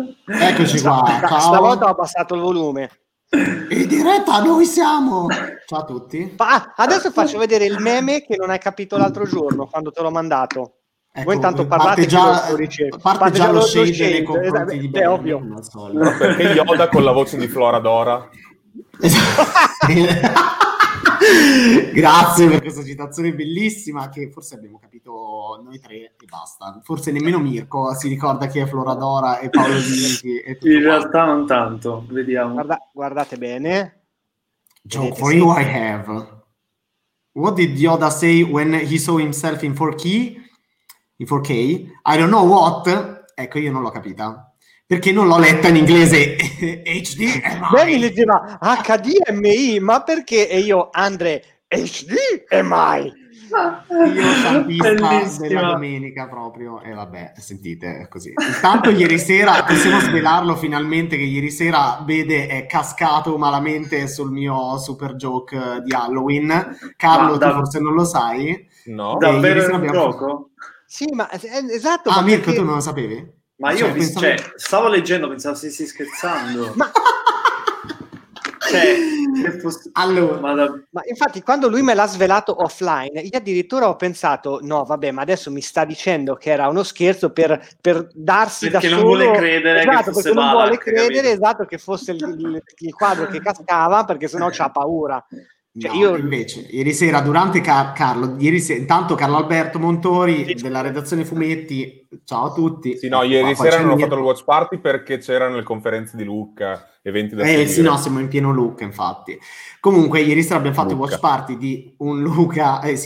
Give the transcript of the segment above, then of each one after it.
Eccoci qua, ciao. Stavolta ho abbassato il volume. In diretta noi siamo. Ciao a tutti. Adesso faccio vedere il meme che non hai capito l'altro giorno quando te l'ho mandato. Ecco, voi intanto parlate parte già lo shade nei confronti di Bernie, ovvio. No, perché Yoda con la voce di Floradora. Grazie per questa citazione bellissima che forse abbiamo capito noi tre e basta. Forse nemmeno Mirko si ricorda chi è Floradora e Paolo Vinti. In realtà non tanto, vediamo. Guardate bene. Joke for you I have. What did Yoda say when he saw himself in 4K? In 4K? I don't know what. Ecco, io non l'ho capita. Perché non l'ho letta in inglese HDMI. Beh, leggeva HDMI, ma perché? E io, Andre, HDMI. Io stampista della domenica proprio. E vabbè, sentite, è così. Intanto ieri sera, possiamo svelarlo finalmente, che ieri sera Bede è cascato malamente sul mio super joke di Halloween. Carlo, tu forse non lo sai. No. Davvero è un gioco? Sì, ma esatto. Ah, Mirko, perché... tu non lo sapevi? Ma io stavo leggendo, pensavo stessi scherzando. Ma allora, ma infatti quando lui me l'ha svelato offline, io addirittura ho pensato no vabbè, ma adesso mi sta dicendo che era uno scherzo per darsi perché da non solo, vuole credere, esatto, che fosse perché non vuole credere, capito? esatto, che fosse il quadro che cascava, perché sennò c'ha paura. Cioè, no, io invece ieri sera durante Carlo, intanto Carlo Alberto Montori della redazione Fumetti, ciao a tutti. Sì, no, ieri sera non ho fatto il watch party perché c'erano le conferenze di Lucca, eventi da sì, no, siamo in pieno Lucca, infatti. Comunque ieri sera abbiamo fatto il watch party di un lupo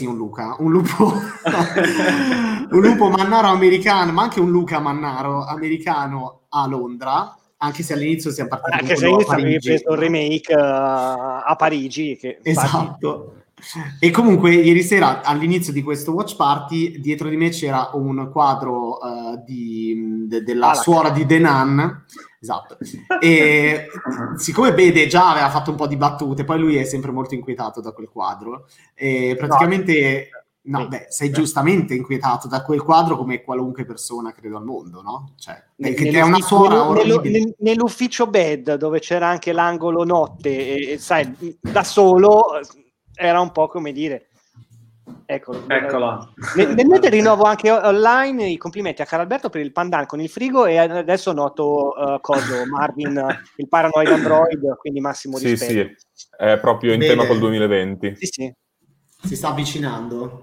un lupo mannaro americano, ma anche un Luca mannaro americano a Londra. Anche se all'inizio siamo partiti anche se all'inizio avevi preso il remake a Parigi che esatto. E comunque ieri sera all'inizio di questo watch party dietro di me c'era un quadro della suora di The Nun, esatto, e siccome Bede già aveva fatto un po' di battute, poi lui è sempre molto inquietato da quel quadro e praticamente sei giustamente inquietato da quel quadro come qualunque persona credo al mondo, no? Cioè, che è una suora orribile. Nell'ufficio bed dove c'era anche l'angolo notte sai, da solo era un po' come dire eccola. Mentre rinnovo anche online i complimenti a Carlo Alberto per il pandan con il frigo e adesso noto Marvin il paranoid android, quindi massimo rispetto. Sì, è proprio in tema col 2020. Sì. Si sta avvicinando.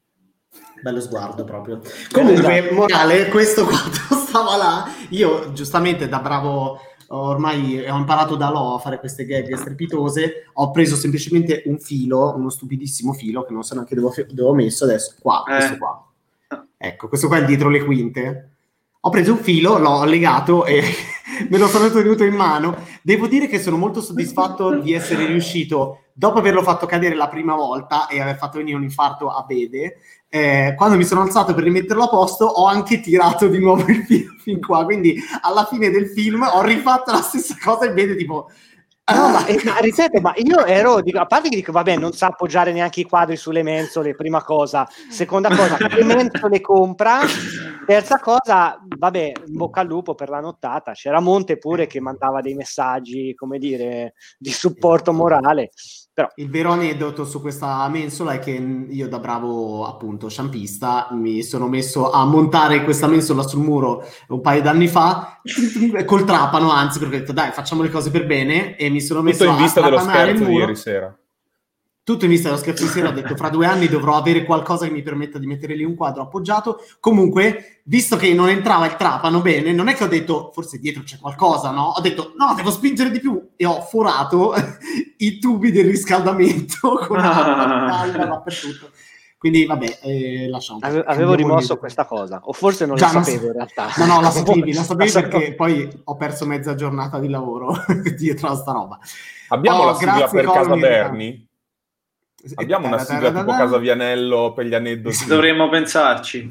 Bello sguardo proprio. Comunque, morale, questo quadro stava là. Io, giustamente, da bravo, ormai ho imparato da Lo a fare queste gag strepitose. Ho preso semplicemente un filo, uno stupidissimo filo, che non so neanche dove ho messo adesso. Questo qua. Ecco, questo qua è dietro le quinte. Ho preso un filo, l'ho legato e me lo sono tenuto in mano. Devo dire che sono molto soddisfatto di essere riuscito, dopo averlo fatto cadere la prima volta e aver fatto venire un infarto a Bede, quando mi sono alzato per rimetterlo a posto ho anche tirato di nuovo il filo fin qua, quindi alla fine del film ho rifatto la stessa cosa e Bede tipo... No, ma ripeto, ma io ero, a parte che dico, vabbè, non sa appoggiare neanche i quadri sulle mensole, prima cosa. Seconda cosa, le mensole compra. Terza cosa, vabbè, in bocca al lupo per la nottata. C'era Monte pure che mandava dei messaggi, come dire, di supporto morale. Però il vero aneddoto su questa mensola è che io da bravo appunto sciampista mi sono messo a montare questa mensola sul muro un paio d'anni fa col trapano, anzi, perché ho detto dai, facciamo le cose per bene, e mi sono messo tutto in vista dello trapanare scherzo di ieri sera. Tutto in vista dello scherzo di sera, ho detto fra 2 anni dovrò avere qualcosa che mi permetta di mettere lì un quadro appoggiato. Comunque, visto che non entrava il trapano bene, non è che ho detto forse dietro c'è qualcosa, no? Ho detto no, devo spingere di più, e ho forato i tubi del riscaldamento con l'acqua dappertutto. Quindi vabbè, lasciamo. Avevo rimosso questa cosa, o forse non la sapevo in realtà. No, la sapevi perché poi ho perso mezza giornata di lavoro dietro a sta roba. Abbiamo la sigla per Casa Berni? Abbiamo una sigla tipo Casa Vianello per gli aneddoti. Dovremmo pensarci.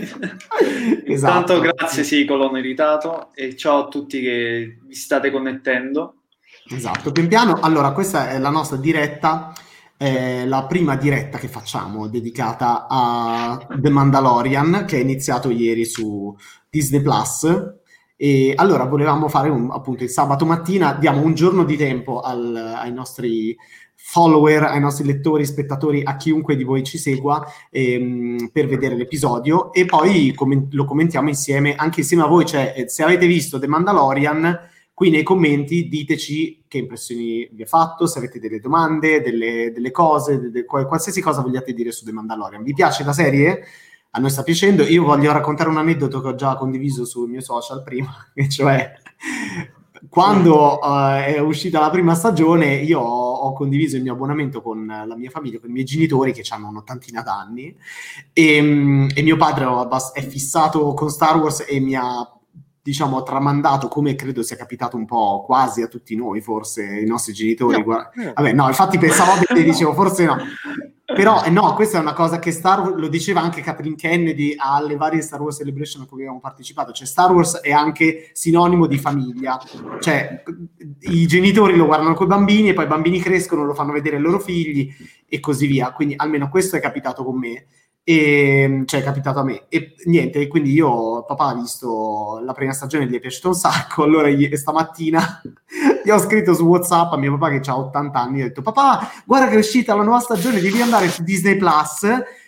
Esatto. Tanto grazie Colono Irritato, e ciao a tutti che vi state connettendo. Esatto, pian piano. Allora, questa è la nostra diretta, la prima diretta che facciamo dedicata a The Mandalorian, che è iniziato ieri su Disney Plus. E allora volevamo fare appunto il sabato mattina, diamo un giorno di tempo ai nostri follower, ai nostri lettori, spettatori, a chiunque di voi ci segua per vedere l'episodio, e poi lo commentiamo insieme, anche insieme a voi. Cioè, se avete visto The Mandalorian, qui nei commenti diteci che impressioni vi ha fatto, se avete delle domande, delle cose, qualsiasi cosa vogliate dire su The Mandalorian. Vi piace la serie? A noi sta piacendo. Io voglio raccontare un aneddoto che ho già condiviso sul mio social prima, e cioè quando è uscita la prima stagione io ho condiviso il mio abbonamento con la mia famiglia, con i miei genitori che hanno un'ottantina d'anni, e mio padre è fissato con Star Wars e mi ha, diciamo, tramandato, come credo sia capitato un po' quasi a tutti noi, forse i nostri genitori. Vabbè, no, infatti pensavo bene, dicevo forse no. Però no, questa è una cosa che lo diceva anche Kathleen Kennedy alle varie Star Wars Celebration a cui abbiamo partecipato. Cioè, Star Wars è anche sinonimo di famiglia. Cioè, i genitori lo guardano coi bambini e poi i bambini crescono, lo fanno vedere ai loro figli e così via. Quindi almeno questo è capitato con me. Cioè, è capitato a me. E niente, quindi papà ha visto la prima stagione, gli è piaciuto un sacco. Allora stamattina gli ho scritto su WhatsApp a mio papà che ha 80 anni, ho detto: papà, guarda che è uscita la nuova stagione, devi andare su Disney Plus,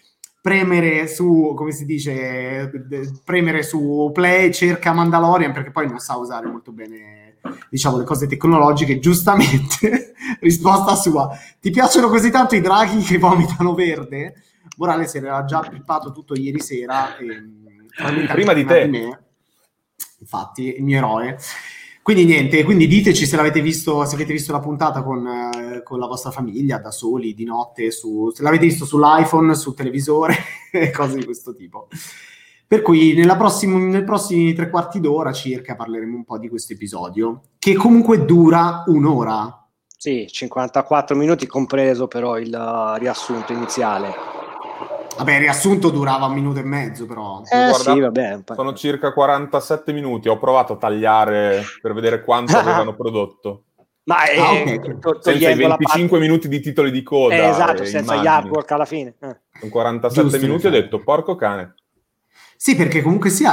premere su, come si dice, premere su Play, cerca Mandalorian, perché poi non sa usare molto bene, diciamo, le cose tecnologiche. Giustamente risposta sua: ti piacciono così tanto i draghi che vomitano verde? Morale si era già pippato tutto ieri sera, prima di te, infatti il mio eroe. Quindi niente, quindi diteci se l'avete visto, se avete visto la puntata con la vostra famiglia, da soli, di notte, se l'avete visto sull'iPhone, sul televisore, cose di questo tipo. Per cui nei prossimi 3/4 d'ora circa parleremo un po' di questo episodio, che comunque dura un'ora. Sì, 54 minuti compreso però il riassunto iniziale. Vabbè, il riassunto durava 1 minuto e mezzo, però. Sì, vabbè. Sono circa 47 minuti. Ho provato a tagliare per vedere quanto avevano prodotto. Ma senza i 25 minuti di titoli di coda. Esatto, senza gli artwork alla fine. Con 47 minuti ho detto, porco cane. Sì, perché comunque sia,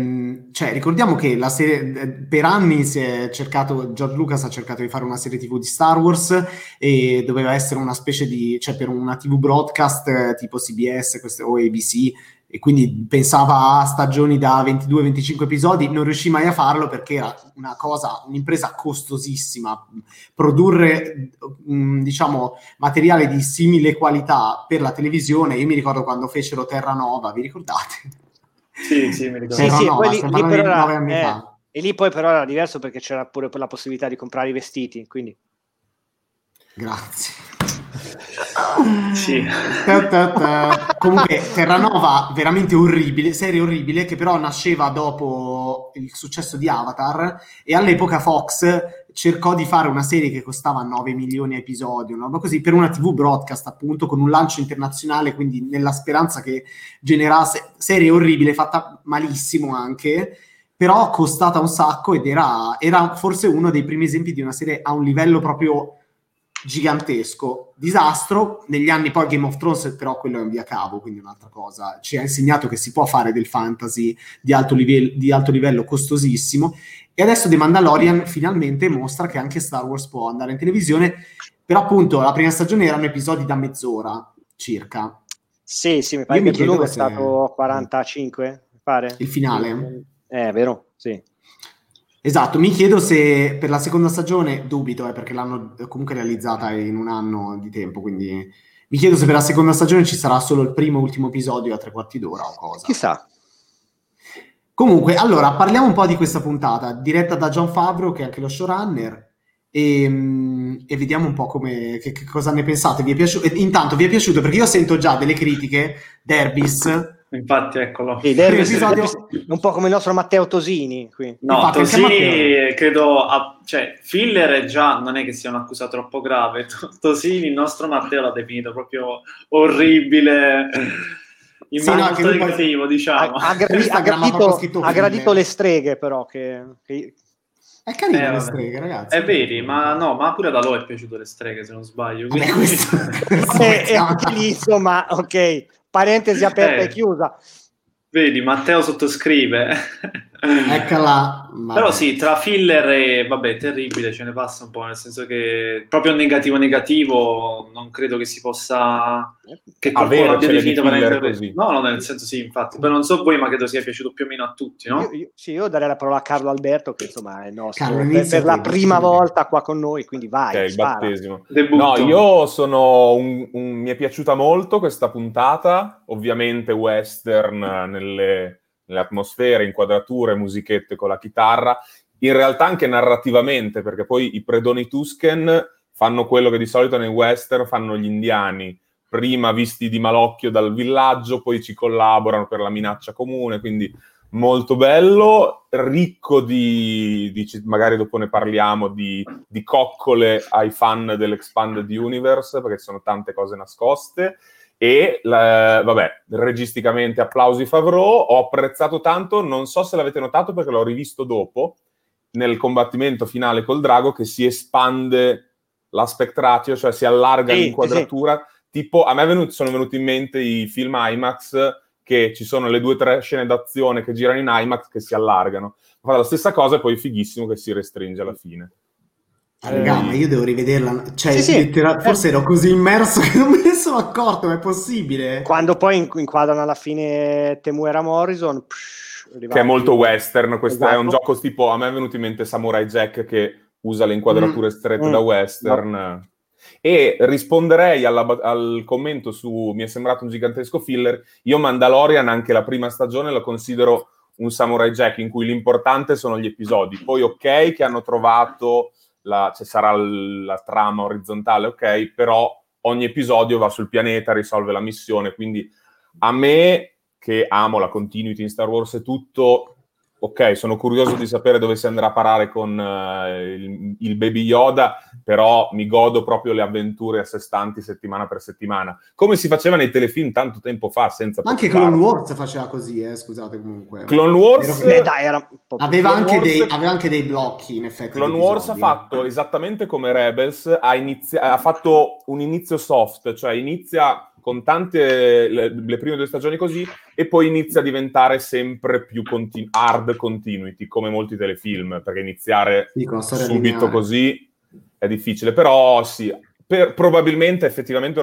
cioè, ricordiamo che la serie, per anni George Lucas ha cercato di fare una serie TV di Star Wars, e doveva essere una specie di, cioè, per una TV broadcast tipo CBS o ABC, e quindi pensava a stagioni da 22-25 episodi. Non riuscì mai a farlo perché era un'impresa costosissima. Produrre, diciamo, materiale di simile qualità per la televisione. Io mi ricordo quando fecero Terra Nova, vi ricordate? Sì, mi ricordo. Sì, no, poi lì però 9 anni fa. E lì poi però era diverso perché c'era pure la possibilità di comprare i vestiti, quindi. Grazie. Sì. Comunque Terranova, veramente orribile, serie orribile, che però nasceva dopo il successo di Avatar, e all'epoca Fox cercò di fare una serie che costava 9 milioni a episodio, una roba così, per una TV broadcast, appunto, con un lancio internazionale, quindi nella speranza che generasse serie orribile, fatta malissimo anche, però costata un sacco, ed era forse uno dei primi esempi di una serie a un livello proprio gigantesco. Disastro. Negli anni poi Game of Thrones, però quello è un via cavo, quindi un'altra cosa, ci ha insegnato che si può fare del fantasy di alto livello costosissimo, e adesso The Mandalorian finalmente mostra che anche Star Wars può andare in televisione. Però appunto la prima stagione erano episodi da mezz'ora circa. Sì, mi pare che il più lungo è stato 45, mi pare. Il finale. Vero? Sì. Esatto, mi chiedo se per la seconda stagione, dubito, perché l'hanno comunque realizzata in 1 anno di tempo, quindi mi chiedo se per la seconda stagione ci sarà solo il primo e ultimo episodio a 3/4 d'ora o cosa. Chissà. Comunque, allora, parliamo un po' di questa puntata, diretta da Jon Favreau, che è anche lo showrunner, e vediamo un po' che cosa ne pensate. Vi è piaciuto? Intanto, vi è piaciuto? Perché io sento già delle critiche, Derbis. Infatti, eccolo. Derbis è un po' come il nostro Matteo Tosini qui. No, infatti, Tosini credo, cioè, filler già non è che sia un'accusa troppo grave. Tosini, il nostro Matteo, l'ha definito proprio orribile, in modo molto negativo, diciamo. Ha gradito le streghe, però, che... È carino le streghe, ragazzi. È vero, ma pure da loro è piaciuto le streghe, se non sbaglio. E anche lì, insomma, ok, parentesi aperta e chiusa. Vedi, Matteo sottoscrive. Eccola. Però sì, tra filler e vabbè, terribile, ce ne passa un po', nel senso che proprio negativo non credo che si possa, che qualcuno avere abbia ce di definito filler veramente così. no, nel senso sì, infatti, poi non so voi, ma credo sia piaciuto più o meno a tutti, no? Io darei la parola a Carlo Alberto, che insomma è il nostro Carlo, per la prima volta qua con noi, quindi vai, Che è il spara. battesimo. Debutto. No, io sono mi è piaciuta molto questa puntata, ovviamente western nelle atmosfere, inquadrature, musichette con la chitarra, in realtà anche narrativamente, perché poi i predoni Tusken fanno quello che di solito nei western fanno gli indiani, prima visti di malocchio dal villaggio, poi ci collaborano per la minaccia comune, quindi molto bello, ricco di magari dopo ne parliamo, di coccole ai fan dell'Expanded Universe, perché ci sono tante cose nascoste. E vabbè, registicamente applausi Favreau. Ho apprezzato tanto, non so se l'avete notato perché l'ho rivisto dopo, nel combattimento finale col drago, che si espande l'aspect ratio, cioè si allarga l'inquadratura. Tipo, a me sono venuti in mente i film IMAX, che ci sono le 2 o 3 scene d'azione che girano in IMAX che si allargano. Fa la stessa cosa e poi fighissimo che si restringe alla fine. Raga, ma io devo rivederla, cioè sì. forse ero così immerso che non me ne sono accorto, ma è possibile? Quando poi inquadrano alla fine Temuera Morrison, che è molto western, questo esatto. È un gioco tipo, a me è venuto in mente Samurai Jack, che usa le inquadrature strette da western. No. E risponderei al commento su mi è sembrato un gigantesco filler. Io Mandalorian, anche la prima stagione, lo considero un Samurai Jack in cui l'importante sono gli episodi. Poi ok che hanno trovato sarà la trama orizzontale, ok, però ogni episodio va sul pianeta, risolve la missione, quindi a me, che amo la continuity in Star Wars e tutto, ok, sono curioso di sapere dove si andrà a parare con il Baby Yoda, però mi godo proprio le avventure a sé stanti settimana per settimana, come si faceva nei telefilm tanto tempo fa, senza anche Clone Wars faceva così, scusate comunque. Clone Wars aveva anche dei blocchi, in effetti. Clone Wars ha fatto esattamente come Rebels, ha fatto un inizio soft, cioè inizia con tante le prime 2 stagioni così e poi inizia a diventare sempre più hard continuity, come molti telefilm, perché iniziare subito lineare così è difficile, però sì, probabilmente effettivamente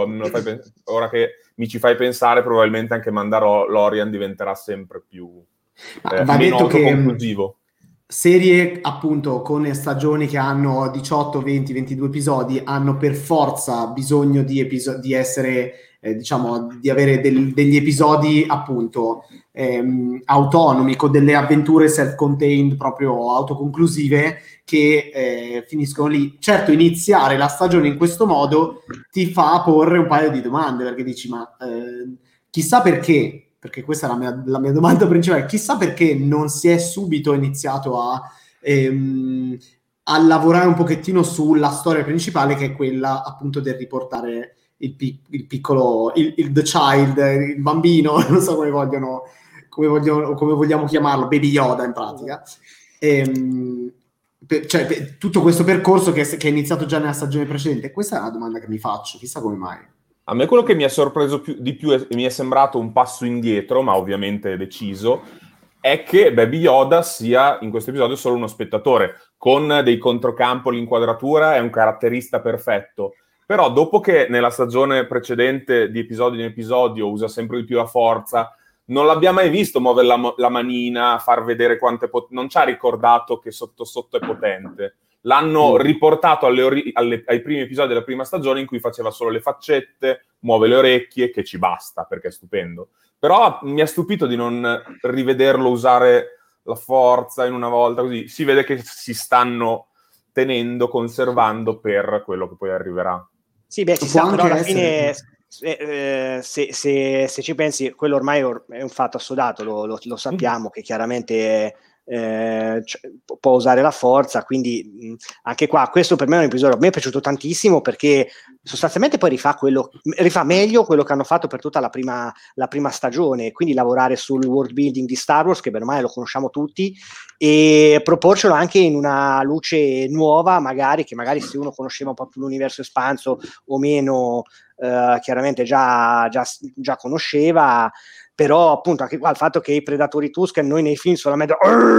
ora che mi ci fai pensare, probabilmente anche Mandalorian diventerà sempre più meno autoconclusivo. Serie appunto con stagioni che hanno 18, 20, 22 episodi hanno per forza bisogno di essere diciamo di avere degli episodi appunto autonomi, con delle avventure self-contained proprio autoconclusive che finiscono lì. Certo, iniziare la stagione in questo modo ti fa porre un paio di domande, perché dici ma chissà perché questa è la mia domanda principale, chissà perché non si è subito iniziato a lavorare un pochettino sulla storia principale, che è quella appunto del riportare il piccolo, il the child, il bambino, non so come vogliamo chiamarlo, Baby Yoda in pratica. Cioè, tutto questo percorso che è iniziato già nella stagione precedente. Questa è una domanda che mi faccio, chissà come mai. A me quello che mi ha sorpreso di più e mi è sembrato un passo indietro, ma ovviamente deciso, è che Baby Yoda sia in questo episodio solo uno spettatore, con dei controcampo, l'inquadratura è un caratterista perfetto, però dopo che nella stagione precedente di episodio in episodio usa sempre di più la forza, non l'abbiamo mai visto muovere la manina, far vedere non ci ha ricordato che sotto sotto è potente. L'hanno riportato ai primi episodi della prima stagione in cui faceva solo le faccette, muove le orecchie, che ci basta perché è stupendo. Però mi ha stupito di non rivederlo usare la forza in una volta, così si vede che si stanno conservando per quello che poi arriverà. Sì, beh, ci sta, però alla fine se ci pensi, quello ormai è un fatto assodato, lo sappiamo che chiaramente può usare la forza, quindi anche qua questo per me è un episodio, a me è piaciuto tantissimo perché sostanzialmente poi rifà meglio quello che hanno fatto per tutta la prima stagione, quindi lavorare sul world building di Star Wars, che ormai lo conosciamo tutti, e proporcelo anche in una luce nuova, magari se uno conosceva un po' più l'universo espanso o meno chiaramente già conosceva, però appunto anche qua il fatto che i predatori Tusken noi nei film solamente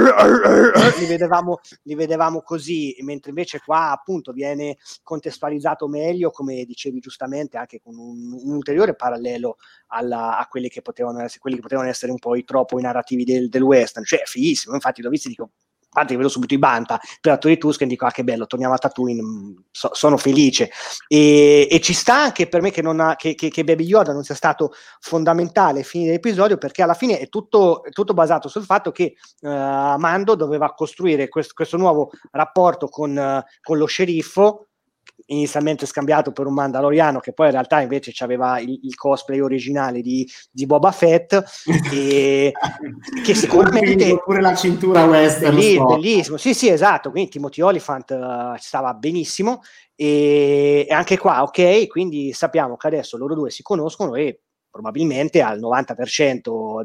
li vedevamo così, mentre invece qua appunto viene contestualizzato meglio, come dicevi giustamente, anche con un ulteriore parallelo a quelli che potevano essere un po' i troppi narrativi del western, cioè fighissimo. Infatti l'ho visto e dico, a parte che vedo subito i Banta, predatori Tusken, dico che bello, torniamo a Tatooine, sono felice, e ci sta anche per me che Baby Yoda non sia stato fondamentale ai fini dell'episodio, perché alla fine è tutto basato sul fatto che Mando doveva costruire questo nuovo rapporto con lo sceriffo, inizialmente scambiato per un mandaloriano, che poi in realtà invece aveva il cosplay originale di Boba Fett, e che sicuramente pure la cintura western, bellissimo, sì esatto, quindi Timothy Olyphant stava benissimo, e anche qua ok, quindi sappiamo che adesso loro due si conoscono e probabilmente al 90%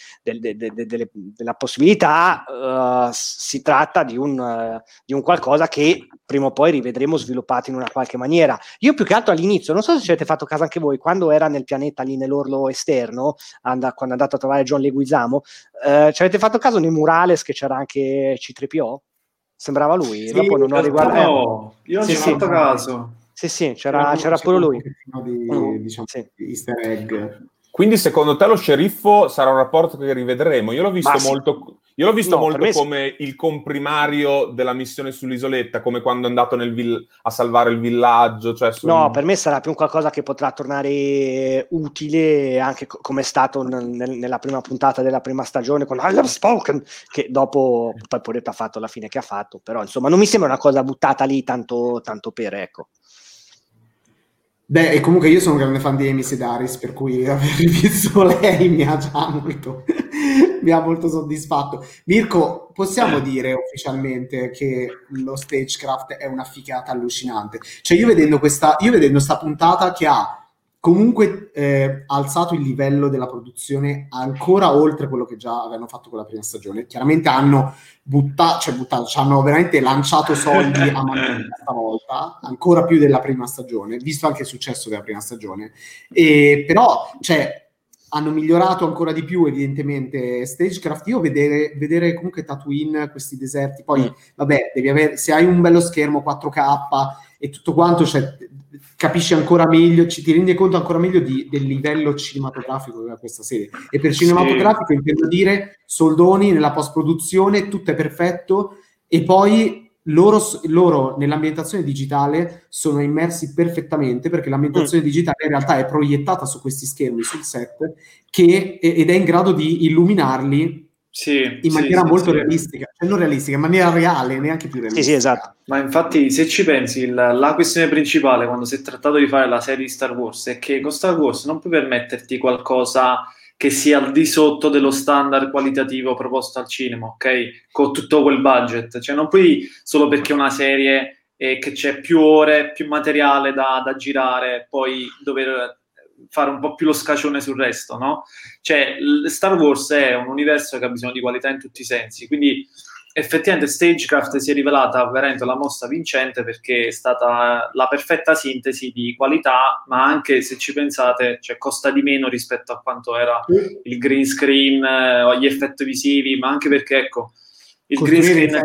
della possibilità si tratta di un qualcosa che prima o poi rivedremo sviluppato in una qualche maniera. Io più che altro all'inizio, non so se ci avete fatto caso anche voi, quando era nel pianeta lì nell'orlo esterno, quando è andato a trovare John Leguizamo, ci avete fatto caso nei murales che c'era anche C-3PO? Sembrava lui, sì, dopo non ho riguardato. No, io non ci ho fatto caso. Sì, c'era pure lui. Diciamo, easter egg. Quindi secondo te lo sceriffo sarà un rapporto che rivedremo? Io l'ho visto molto come il comprimario della missione sull'isoletta, come quando è andato a salvare il villaggio. Cioè No, per me sarà più un qualcosa che potrà tornare utile, anche come è stato nella prima puntata della prima stagione con I Love Spoken, che dopo poi Poretto ha fatto la fine che ha fatto, però insomma non mi sembra una cosa buttata lì tanto per, ecco. Beh, e comunque io sono un grande fan di Amy Sedaris, per cui aver rivisto lei mi ha molto soddisfatto. Mirko, possiamo dire ufficialmente che lo Stagecraft è una figata allucinante? Cioè io vedendo sta puntata che ha comunque alzato il livello della produzione ancora oltre quello che già avevano fatto con la prima stagione. Chiaramente hanno hanno veramente lanciato soldi a mano stavolta, ancora più della prima stagione, visto anche il successo della prima stagione, però hanno migliorato ancora di più evidentemente Stagecraft. Io vedere comunque Tatooine, questi deserti, poi vabbè, devi avere, se hai un bello schermo 4K e tutto quanto, capisci ancora meglio, ti rendi conto ancora meglio del livello cinematografico di questa serie. E per cinematografico intendo dire soldoni nella post-produzione, tutto è perfetto, e poi loro nell'ambientazione digitale sono immersi perfettamente, perché l'ambientazione digitale in realtà è proiettata su questi schermi sul set ed è in grado di illuminarli in maniera molto realistica, cioè non realistica, in maniera reale, neanche più realistica. Sì, esatto. Ma infatti, se ci pensi, la questione principale quando si è trattato di fare la serie di Star Wars è che con Star Wars non puoi permetterti qualcosa che sia al di sotto dello standard qualitativo proposto al cinema, ok? Con tutto quel budget. Cioè non puoi, solo perché è una serie che c'è più ore, più materiale da girare, poi dover fare un po' più lo scaccione sul resto, no? Cioè Star Wars è un universo che ha bisogno di qualità in tutti i sensi, quindi effettivamente Stagecraft si è rivelata veramente la mossa vincente, perché è stata la perfetta sintesi di qualità, ma anche, se ci pensate, costa di meno rispetto a quanto era il green screen o gli effetti visivi, ma anche perché, ecco, il green screen,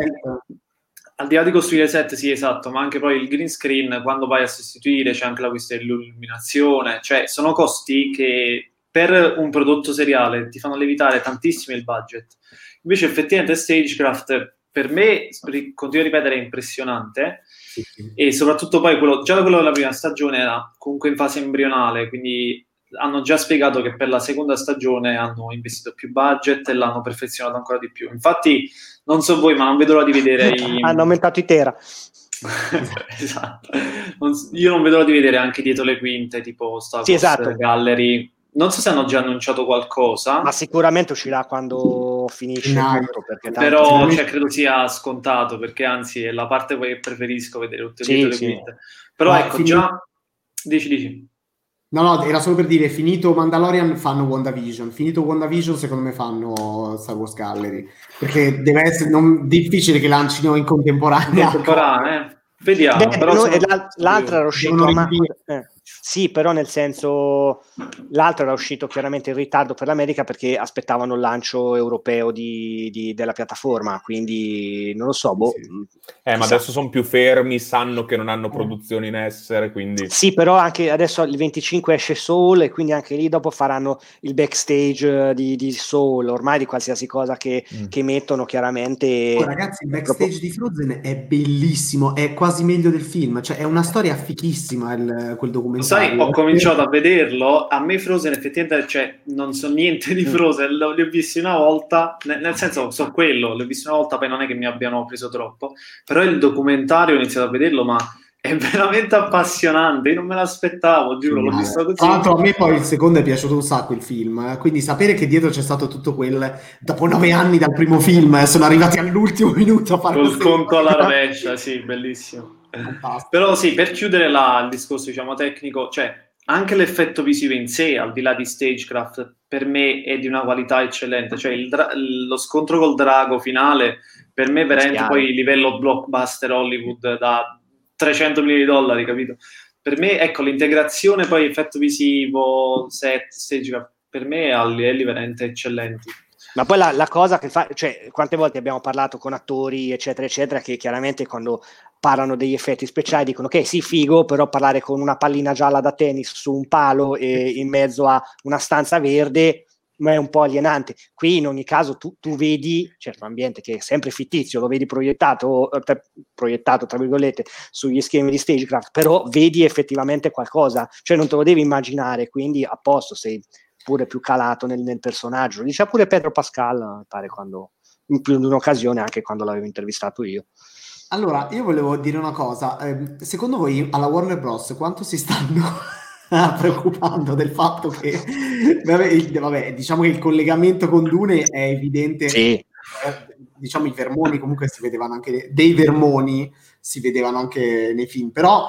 al di là di costruire set, sì, esatto, ma anche poi il green screen, quando vai a sostituire, c'è anche la questione dell'illuminazione, cioè sono costi che per un prodotto seriale ti fanno lievitare tantissimo il budget. Invece effettivamente Stagecraft, per me, continuo a ripetere, è impressionante, e soprattutto poi quello della prima stagione era comunque in fase embrionale, quindi hanno già spiegato che per la seconda stagione hanno investito più budget e l'hanno perfezionato ancora di più. Infatti, non so voi, ma non vedo l'ora di vedere hanno aumentato i tera. Esatto. Io non vedo l'ora di vedere anche dietro le quinte, tipo Star Wars Gallery. Non so se hanno già annunciato qualcosa, ma sicuramente uscirà quando finisce tutto, perché però credo sia scontato, perché anzi è la parte che preferisco vedere tutte le quinte. Però ecco, già dici. No, era solo per dire, finito Mandalorian fanno WandaVision, finito WandaVision secondo me fanno Star Wars Gallery, perché deve essere difficile che lancino in contemporanea. Vediamo. Però l'altra era uscita Sì, però nel senso l'altro era uscito chiaramente in ritardo per l'America perché aspettavano il lancio europeo della piattaforma, quindi non lo so, boh. Ma adesso sono più fermi, sanno che non hanno produzioni in essere, quindi... Sì, però anche adesso il 25 esce Soul e quindi anche lì dopo faranno il backstage di Soul, ormai di qualsiasi cosa che mettono chiaramente. Ragazzi, il backstage di Frozen è bellissimo, è quasi meglio del film, cioè è una storia fichissima quel documentario. Sai, ho cominciato a vederlo, a me Frozen effettivamente, cioè, non so niente di Frozen, li ho visti una volta, nel senso, so quello, li ho visti una volta, poi non è che mi abbiano preso troppo, però il documentario ho iniziato a vederlo, ma è veramente appassionante, io non me l'aspettavo, giuro, l'ho visto così. Tra l'altro a me poi il secondo è piaciuto un sacco il film, quindi sapere che dietro c'è stato tutto quel... Dopo 9 anni dal primo film, sono arrivati all'ultimo minuto a fare... Col conto alla rovescia, sì, bellissimo. Fantastico. Però sì, per chiudere il discorso, diciamo, tecnico, cioè, anche l'effetto visivo in sé, al di là di Stagecraft, per me è di una qualità eccellente, cioè lo scontro col drago finale, per me è veramente poi livello blockbuster Hollywood da $300 milioni, capito? Per me, ecco, l'integrazione poi effetto visivo, set, Stagecraft, per me è a livelli veramente eccellenti. Ma poi la cosa che fa, cioè, quante volte abbiamo parlato con attori, eccetera, eccetera, che chiaramente quando parlano degli effetti speciali dicono che sì, figo, però parlare con una pallina gialla da tennis su un palo e in mezzo a una stanza verde è un po' alienante. Qui in ogni caso tu vedi, certo, ambiente che è sempre fittizio, lo vedi proiettato tra virgolette sugli schemi di Stagecraft, però vedi effettivamente qualcosa, cioè non te lo devi immaginare, quindi a posto, sei pure più calato nel personaggio. Lo diceva pure Pedro Pascal, mi pare, quando in più di un'occasione, anche quando l'avevo intervistato io. Allora, io volevo dire una cosa. Secondo voi alla Warner Bros. Quanto si stanno preoccupando del fatto che vabbè, diciamo che il collegamento con Dune è evidente. Sì. Diciamo i vermoni comunque si vedevano anche, dei vermoni si vedevano anche nei film, però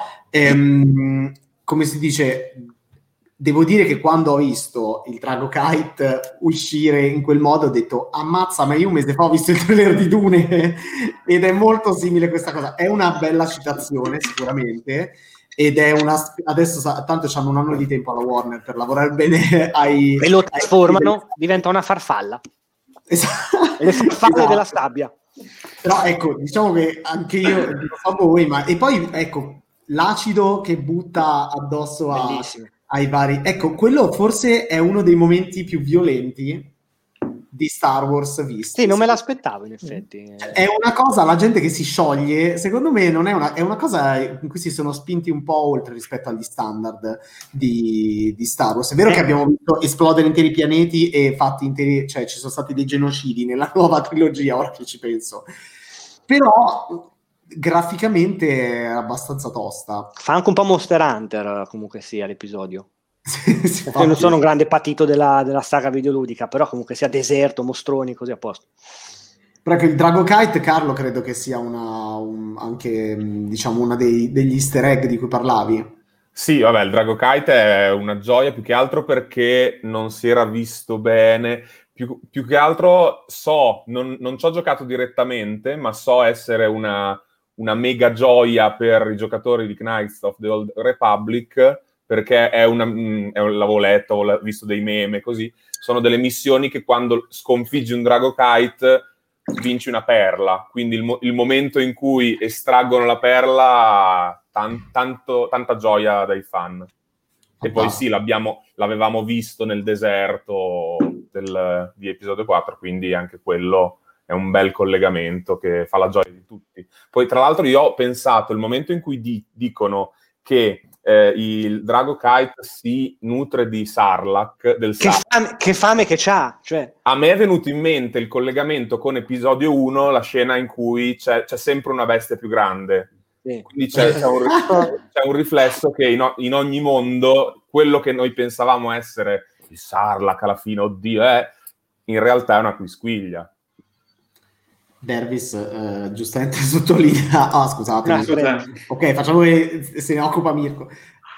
come si dice, devo dire che quando ho visto il Drago Kite uscire in quel modo ho detto ammazza, ma io un mese fa ho visto il trailer di Dune ed è molto simile questa cosa. È una bella citazione sicuramente ed è adesso tanto hanno un anno di tempo alla Warner per lavorare bene e lo trasformano, diventa una farfalla. Esatto. Le farfalle della sabbia. Però ecco, diciamo che anche io non so voi, ma e poi ecco l'acido che butta addosso ai vari, ecco, quello forse è uno dei momenti più violenti di Star Wars visti. Sì, non me l'aspettavo in effetti. È una cosa, la gente che si scioglie, secondo me non è una cosa in cui si sono spinti un po' oltre rispetto agli standard di Star Wars. È vero che abbiamo visto esplodere interi pianeti e fatti interi, cioè ci sono stati dei genocidi nella nuova trilogia, ora che ci penso. Però graficamente è abbastanza tosta. Fa anche un po' Monster Hunter comunque sia l'episodio. Io non sono un grande patito della saga videoludica, però comunque sia deserto, mostroni, così a posto. Però il Drago Kite, Carlo, credo che sia anche diciamo una degli easter egg di cui parlavi. Sì, vabbè, il Drago Kite è una gioia più che altro perché non si era visto bene. Più che altro non ci ho giocato direttamente, ma so essere una mega gioia per i giocatori di Knights of the Old Republic, perché l'avevo letto, ho visto dei meme così, sono delle missioni che quando sconfiggi un Drago Kite vinci una perla, quindi il momento in cui estraggono la perla, tanta gioia dai fan. E poi sì, l'avevamo visto nel deserto di episodio 4, quindi anche quello è un bel collegamento che fa la gioia di tutti. Poi tra l'altro io ho pensato, il momento in cui dicono che il Drago Kite si nutre di Sarlacc, che fame che c'ha, cioè. A me è venuto in mente il collegamento con episodio 1, la scena in cui c'è sempre una bestia più grande. Sì. Quindi c'è un riflesso che in ogni mondo quello che noi pensavamo essere il Sarlacc alla fine, oddio, in realtà è una quisquiglia. Dervis giustamente sottolinea. Scusate. Ok, facciamo che se ne occupa Mirko.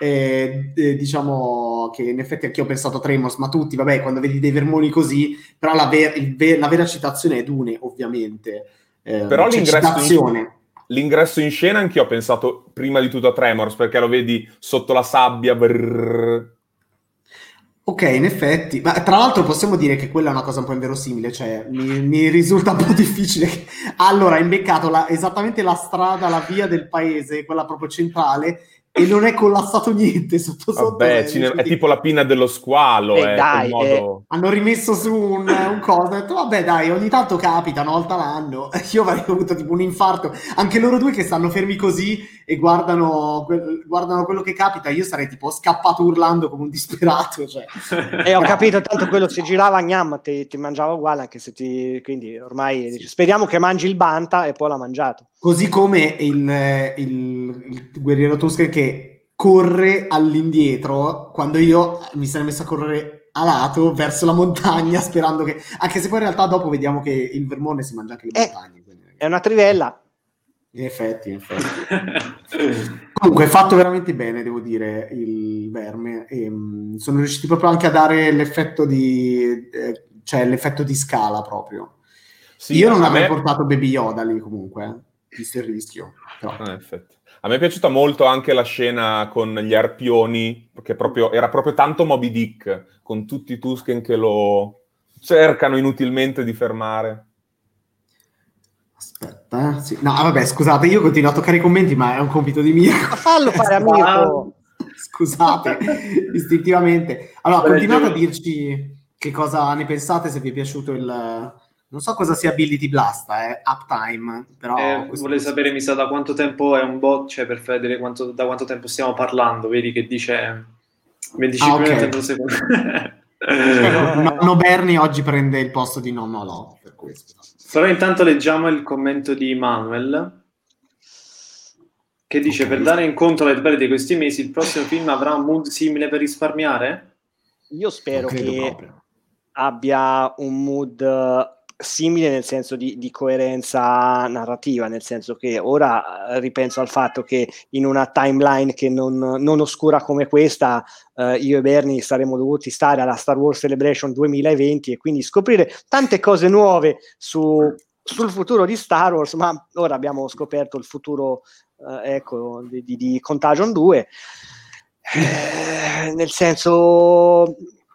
Diciamo che in effetti anche io ho pensato a Tremors, ma tutti, vabbè, quando vedi dei vermoni così, però la vera citazione è Dune, ovviamente. Però l'ingresso l'ingresso in scena anch'io ho pensato prima di tutto a Tremors, perché lo vedi sotto la sabbia. Brrr. Ok, in effetti, ma tra l'altro possiamo dire che quella è una cosa un po' inverosimile, cioè mi risulta un po' difficile. Allora, ha imbeccato esattamente la strada, la via del paese, quella proprio centrale, e non è collassato niente sotto. Vabbè, è tipo la pinna dello squalo. Dai, modo... Hanno rimesso su un coso, ho detto vabbè dai, ogni tanto capita, una volta l'anno. Io avrei avuto tipo un infarto. Anche loro due che stanno fermi così e guardano quello che capita, io sarei tipo scappato urlando come un disperato. Cioè. Ho capito, tanto quello si girava gnam, ti mangiava uguale, anche se quindi ormai speriamo che mangi il Banta e poi l'ha mangiato. Così come il guerriero Tusken che corre all'indietro quando io mi sarei messo a correre a lato verso la montagna sperando che, anche se poi in realtà dopo vediamo che il vermone si mangia anche le montagne, quindi... è una trivella. In effetti. Comunque è fatto veramente bene, devo dire, il verme, e sono riusciti proprio anche a dare l'effetto l'effetto di scala proprio. Sì, io non avrei portato Baby Yoda lì comunque, visto il rischio. Però. In effetti. A me è piaciuta molto anche la scena con gli arpioni, perché era proprio tanto Moby Dick, con tutti i Tusken che lo cercano inutilmente di fermare. Aspetta, sì. No, vabbè, scusate, io continuo a toccare i commenti, ma è un compito di Mirko. Fallo fare a Mirko. Scusate, istintivamente. Allora, continuate a dirci che cosa ne pensate, se vi è piaciuto non so cosa sia Ability Blast, Uptime, però... Vuole sapere, mi sa, da quanto tempo è un bot, cioè per vedere da quanto tempo stiamo parlando, vedi che dice 25 minuti e 30 secondi. Nonno Bernie oggi prende il posto di Nonno Alò, per questo. Però intanto leggiamo il commento di Manuel, che dice: per dare incontro alle belle di questi mesi, il prossimo film avrà un mood simile per risparmiare? Io spero che abbia un mood simile, nel senso di coerenza narrativa, nel senso che ora ripenso al fatto che in una timeline che non oscura come questa, io e Bernie saremmo dovuti stare alla Star Wars Celebration 2020 e quindi scoprire tante cose nuove sul futuro di Star Wars, ma ora abbiamo scoperto il futuro di Contagion 2, nel senso,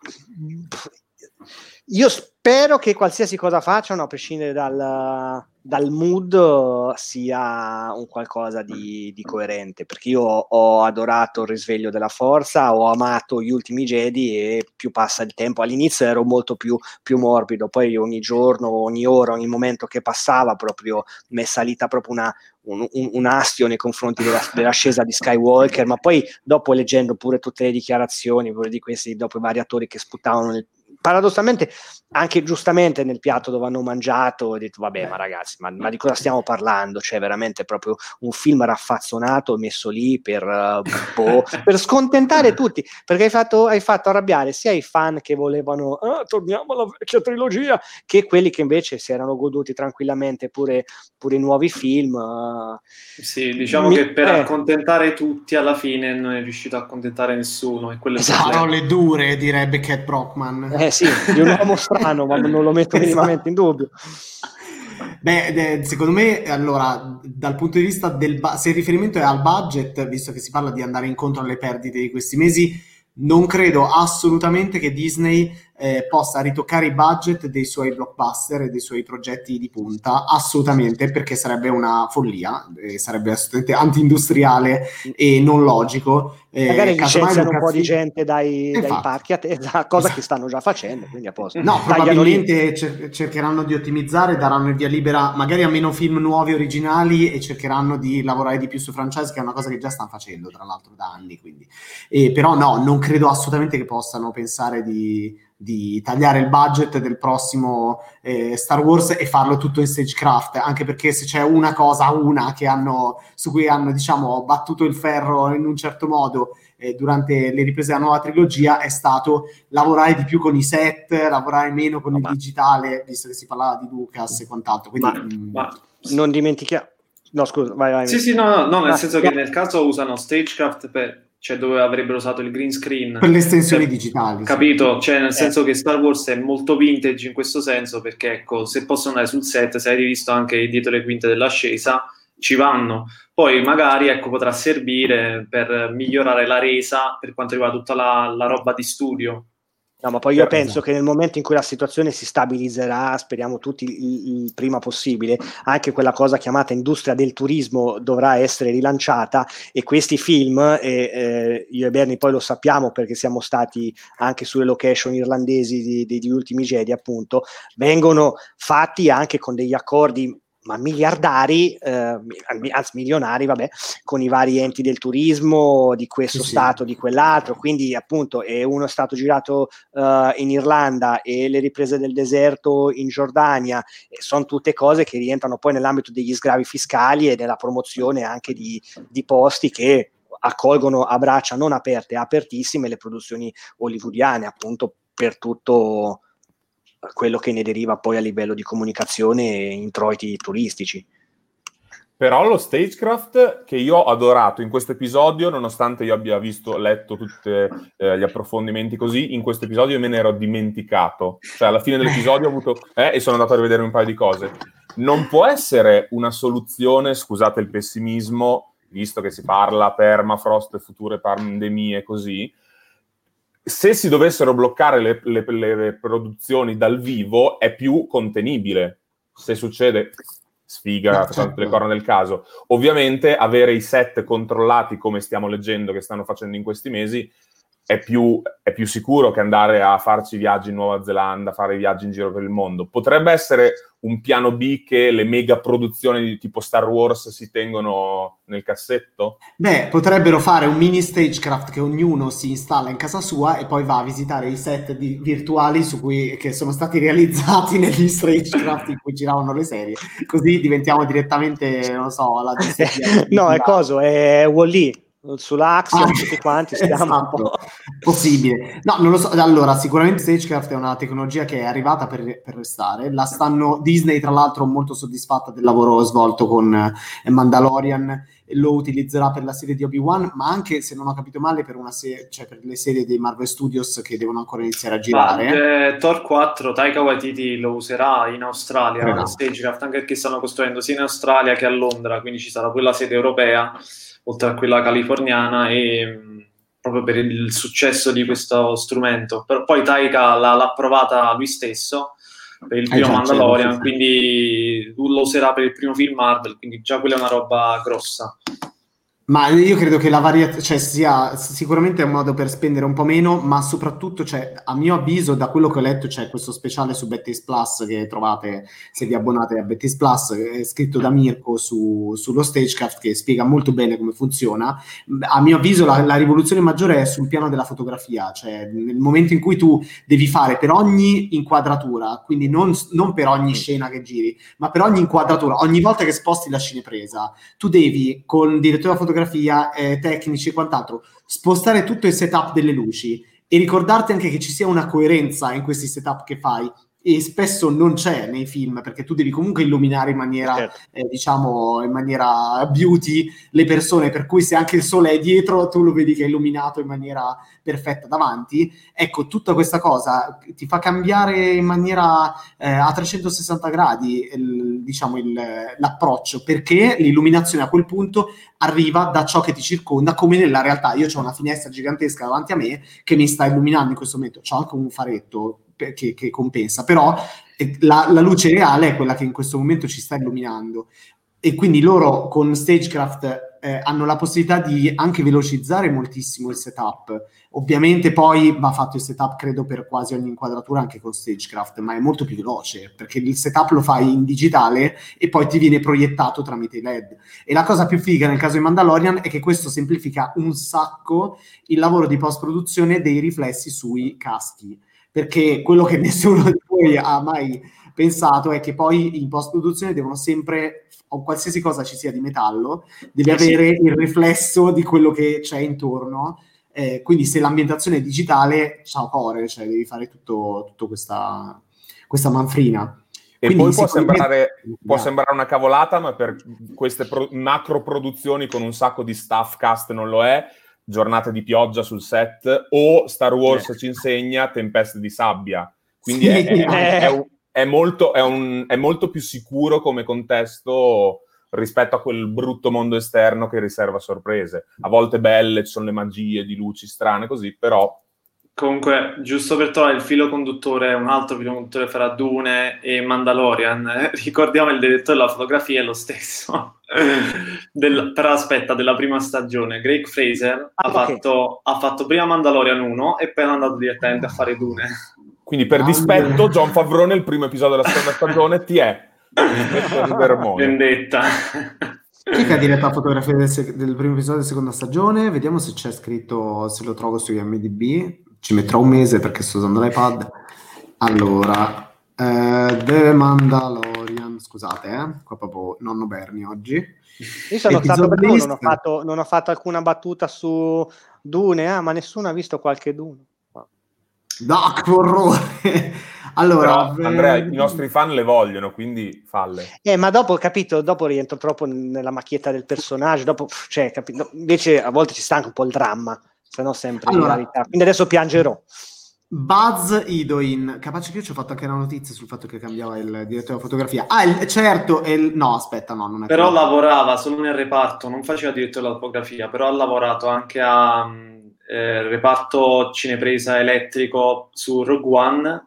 io spero che qualsiasi cosa facciano, a prescindere dal mood, sia un qualcosa di coerente, perché io ho adorato il risveglio della forza, ho amato gli ultimi Jedi e più passa il tempo, all'inizio ero molto più morbido, poi ogni giorno, ogni ora, ogni momento che passava proprio mi è salita proprio un astio nei confronti dell'ascesa di Skywalker, ma poi dopo leggendo pure tutte le dichiarazioni pure di questi, dopo i vari attori che sputavano paradossalmente anche giustamente nel piatto dove hanno mangiato, ho detto vabbè, ma ragazzi, ma di cosa stiamo parlando? Cioè veramente proprio un film raffazzonato messo lì per scontentare tutti, perché hai fatto arrabbiare sia i fan che volevano torniamo alla vecchia trilogia, che quelli che invece si erano goduti tranquillamente pure i nuovi film. Sì, diciamo che per accontentare tutti alla fine non è riuscito a accontentare nessuno, e quello parole dure, direbbe Cat Brockman. Sì, di un uomo strano, ma non lo metto minimamente in dubbio. Beh, secondo me, allora, dal punto di vista se il riferimento è al budget, visto che si parla di andare incontro alle perdite di questi mesi, non credo assolutamente che Disney possa ritoccare i budget dei suoi blockbuster e dei suoi progetti di punta, assolutamente, perché sarebbe una follia, sarebbe assolutamente anti-industriale e non logico. Magari licenziano un po' di gente dai parchi a Tesla, cosa che stanno già facendo, quindi a posto. No, probabilmente cercheranno di ottimizzare, daranno il via libera magari a meno film nuovi originali e cercheranno di lavorare di più su franchise, che è una cosa che già stanno facendo tra l'altro da anni, quindi. Però no, non credo assolutamente che possano pensare di tagliare il budget del prossimo Star Wars e farlo tutto in stagecraft, anche perché se c'è una su cui hanno diciamo battuto il ferro in un certo modo durante le riprese della nuova trilogia, è stato lavorare di più con i set, lavorare meno con il digitale, visto che si parlava di Lucas e quant'altro. Quindi, ma non dimentichiamo. No, scusa, vai. Sì, no, nel senso che nel caso usano stagecraft cioè dove avrebbero usato il green screen per le estensioni digitali, capito? Cioè nel senso che Star Wars è molto vintage in questo senso, perché ecco, se possono andare sul set, se avete visto anche dietro le quinte dell'ascesa, ci vanno. Poi magari, ecco, potrà servire per migliorare la resa per quanto riguarda tutta la roba di studio. No, ma poi io penso che nel momento in cui la situazione si stabilizzerà, speriamo tutti il prima possibile, anche quella cosa chiamata industria del turismo dovrà essere rilanciata, e questi film, io e Bernie poi lo sappiamo perché siamo stati anche sulle location irlandesi degli ultimi Jedi, appunto, vengono fatti anche con degli accordi ma miliardari, anzi milionari, vabbè, con i vari enti del turismo di questo stato, di quell'altro, quindi appunto uno è stato girato in Irlanda e le riprese del deserto in Giordania, sono tutte cose che rientrano poi nell'ambito degli sgravi fiscali e della promozione anche di posti che accolgono a braccia non aperte, apertissime le produzioni hollywoodiane, appunto per tutto quello che ne deriva poi a livello di comunicazione e introiti turistici. Però lo stagecraft che io ho adorato in questo episodio, nonostante io abbia letto tutti gli approfondimenti così, in questo episodio me ne ero dimenticato. Cioè alla fine dell'episodio ho avuto e sono andato a rivedere un paio di cose. Non può essere una soluzione, scusate il pessimismo, visto che si parla permafrost, future pandemie così, se si dovessero bloccare le produzioni dal vivo è più contenibile. Se succede, sfiga, facciamo le corna del caso. Ovviamente avere i set controllati, come stiamo leggendo che stanno facendo in questi mesi, è più sicuro che andare a farci viaggi in Nuova Zelanda, fare viaggi in giro per il mondo. Potrebbe essere un piano B che le mega produzioni di tipo Star Wars si tengono nel cassetto? Beh, potrebbero fare un mini stagecraft che ognuno si installa in casa sua e poi va a visitare i set virtuali che sono stati realizzati negli stagecraft in cui giravano le serie. Così diventiamo direttamente, non so, la distopia. No, è cosa? È Wall-E. Sulla Axiom tutti quanti stiamo esatto, possibile. No, non lo so. Allora, sicuramente Stagecraft è una tecnologia che è arrivata per restare. Disney, tra l'altro, molto soddisfatta del lavoro svolto con Mandalorian, lo utilizzerà per la serie di Obi-Wan, ma anche, se non ho capito male, per per le serie dei Marvel Studios che devono ancora iniziare a girare. Thor 4, Taika Waititi lo userà in Australia, Stagecraft, anche perché stanno costruendo sia in Australia che a Londra, quindi ci sarà quella sede europea oltre a quella californiana, e proprio per il successo di questo strumento. Poi Taika l'ha provata lui stesso per il primo Mandalorian, quindi lo userà per il primo film Marvel, quindi già quella è una roba grossa. Ma io credo che la variazione sia sicuramente un modo per spendere un po' meno, ma soprattutto, a mio avviso, da quello che ho letto, c'è questo speciale su Betty's Plus che trovate se vi abbonate a Betty's Plus, è scritto da Mirko sullo Stagecraft, che spiega molto bene come funziona. A mio avviso la rivoluzione maggiore è sul piano della fotografia, cioè nel momento in cui tu devi fare per ogni inquadratura, quindi non per ogni scena che giri, ma per ogni inquadratura, ogni volta che sposti la cinepresa, tu devi, con il direttore della fotografia, tecnici e quant'altro, spostare tutto il setup delle luci e ricordarti anche che ci sia una coerenza in questi setup che fai, e spesso non c'è nei film, perché tu devi comunque illuminare in maniera diciamo in maniera beauty le persone, per cui se anche il sole è dietro tu lo vedi che è illuminato in maniera perfetta davanti. Ecco, tutta questa cosa ti fa cambiare in maniera a 360 gradi l'approccio, perché l'illuminazione a quel punto arriva da ciò che ti circonda, come nella realtà. Io ho una finestra gigantesca davanti a me che mi sta illuminando in questo momento, c'ho anche un faretto che compensa, però la luce reale è quella che in questo momento ci sta illuminando, e quindi loro con Stagecraft hanno la possibilità di anche velocizzare moltissimo il setup. Ovviamente poi va fatto il setup, credo, per quasi ogni inquadratura anche con Stagecraft, ma è molto più veloce perché il setup lo fai in digitale e poi ti viene proiettato tramite i LED. E la cosa più figa nel caso di Mandalorian è che questo semplifica un sacco il lavoro di post-produzione dei riflessi sui caschi, perché quello che nessuno di voi ha mai pensato è che poi in post-produzione devono sempre, o qualsiasi cosa ci sia di metallo, deve avere il riflesso di quello che c'è intorno, quindi se l'ambientazione è digitale, ciao core, cioè devi fare tutto questa manfrina. E quindi poi può sembrare una cavolata, ma per queste macro produzioni con un sacco di staff cast non lo è. Giornate di pioggia sul set, o Star Wars ci insegna tempeste di sabbia, quindi è molto più sicuro come contesto rispetto a quel brutto mondo esterno che riserva sorprese. A volte belle, ci sono le magie di luci strane così, però... Comunque, giusto per trovare il filo conduttore, un altro filo conduttore fra Dune e Mandalorian, ricordiamo il direttore della fotografia è lo stesso. Però aspetta, della prima stagione. Greg Fraser ha fatto prima Mandalorian 1 e poi è andato direttamente a fare Dune. Quindi per dispetto, Jon Favreau nel primo episodio della seconda stagione ti è vendetta. Chi ha diretto la fotografia del primo episodio della seconda stagione? Vediamo se c'è scritto, se lo trovo su IMDb. Ci metterò un mese perché sto usando l'iPad. Allora, The Mandalorian, scusate, qua proprio nonno Berni oggi. Io sono stato bravo, non ho fatto alcuna battuta su Dune, ma nessuno ha visto qualche Dune. No, che orrore! Allora, però, Andrea, i nostri fan le vogliono, quindi falle. Ma dopo, capito, dopo rientro troppo nella macchietta del personaggio, dopo, cioè, capito, invece a volte ci sta anche un po' il dramma, se no sempre in realtà. Quindi adesso piangerò. Buzz Idoin, capace che io ci ho fatto anche una notizia sul fatto che cambiava il direttore della fotografia. Certo, no, aspetta, no, non è però quello. Lavorava solo nel reparto, non faceva direttore della fotografia, però ha lavorato anche a reparto cinepresa elettrico su Rogue One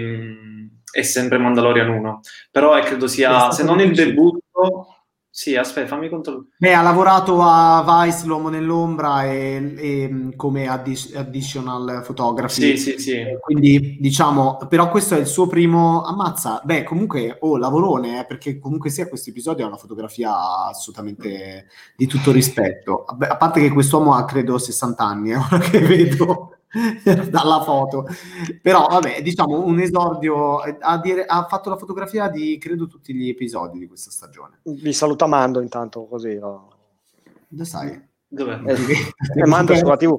e sempre Mandalorian 1. Però credo sia, se non il debutto... Sì, aspetta, fammi controllare. Ha lavorato a Vice, L'uomo nell'ombra e come additional photography. Sì. Quindi, diciamo, però questo è il suo primo... Ammazza, comunque, lavorone, perché comunque sia questo episodio è una fotografia assolutamente di tutto rispetto. A parte che quest'uomo ha, credo, 60 anni, ora che vedo dalla foto. Però, vabbè, diciamo, un esordio... Ha fatto la fotografia di, credo, tutti gli episodi di questa stagione. Vi saluta Mando intanto, così. No? Lo sai? Dov'è? Mando sulla TV.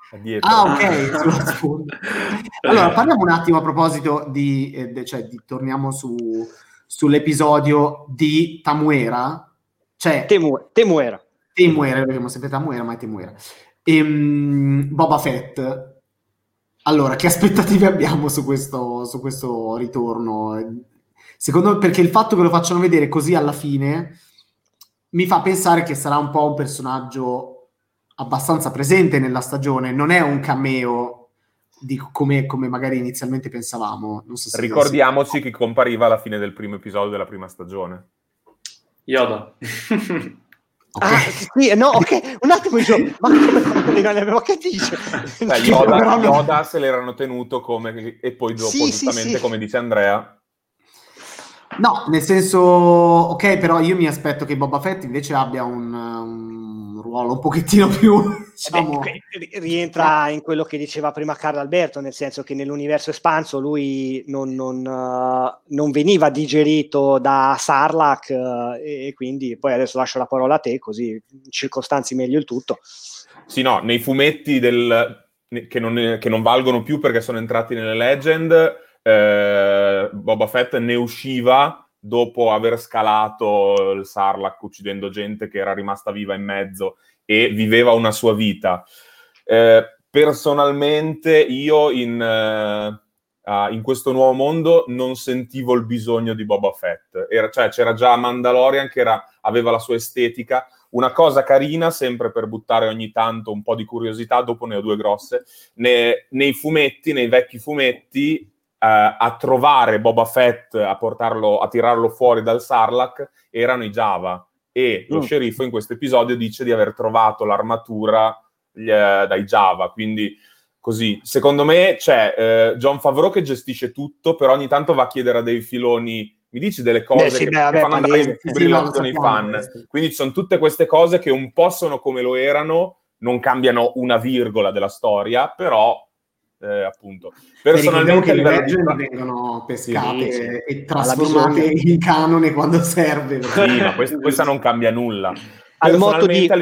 Ok, sulla sponda. Allora, parliamo un attimo a proposito torniamo sull'episodio di Tamuera. Cioè, Temuera, abbiamo sempre Tamuera, ma è Temuera. Boba Fett. Allora, che aspettative abbiamo su questo ritorno? Secondo me, perché il fatto che lo facciano vedere così alla fine mi fa pensare che sarà un po' un personaggio abbastanza presente nella stagione, non è un cameo di come magari inizialmente pensavamo. Non so se ricordiamoci che compariva alla fine del primo episodio della prima stagione. Yoda. Okay. Sì, no, ok, un attimo ma che dice? Yoda se l'erano tenuto come e poi dopo giustamente come dice Andrea. No, nel senso, ok, però io mi aspetto che Boba Fett invece abbia un ruolo un pochettino più, diciamo... rientra in quello che diceva prima Carlo Alberto, nel senso che nell'universo espanso lui non veniva digerito da Sarlacc e quindi poi adesso lascio la parola a te, così circostanzi meglio il tutto. Sì, no, nei fumetti che non valgono più perché sono entrati nelle Legend, Boba Fett ne usciva dopo aver scalato il Sarlacc uccidendo gente che era rimasta viva in mezzo e viveva una sua vita. Personalmente io in questo nuovo mondo non sentivo il bisogno di Boba Fett. C'era già Mandalorian che aveva la sua estetica, una cosa carina sempre per buttare ogni tanto un po' di curiosità, dopo ne ho due grosse. Nei fumetti, nei vecchi fumetti, a trovare Boba Fett, a tirarlo fuori dal Sarlacc erano i Java, e lo sceriffo in questo episodio dice di aver trovato l'armatura dai Java, quindi così. Secondo me c'è Jon Favreau che gestisce tutto, però ogni tanto va a chiedere a Dave Filoni, mi dici delle cose che fanno andare in fibrillazione i fan. Quindi ci sono tutte queste cose che un po' sono come lo erano, non cambiano una virgola della storia, però appunto personalmente le legend vengono pescate e trasformate in canone quando serve. Sì, ma questa non cambia nulla. Personalmente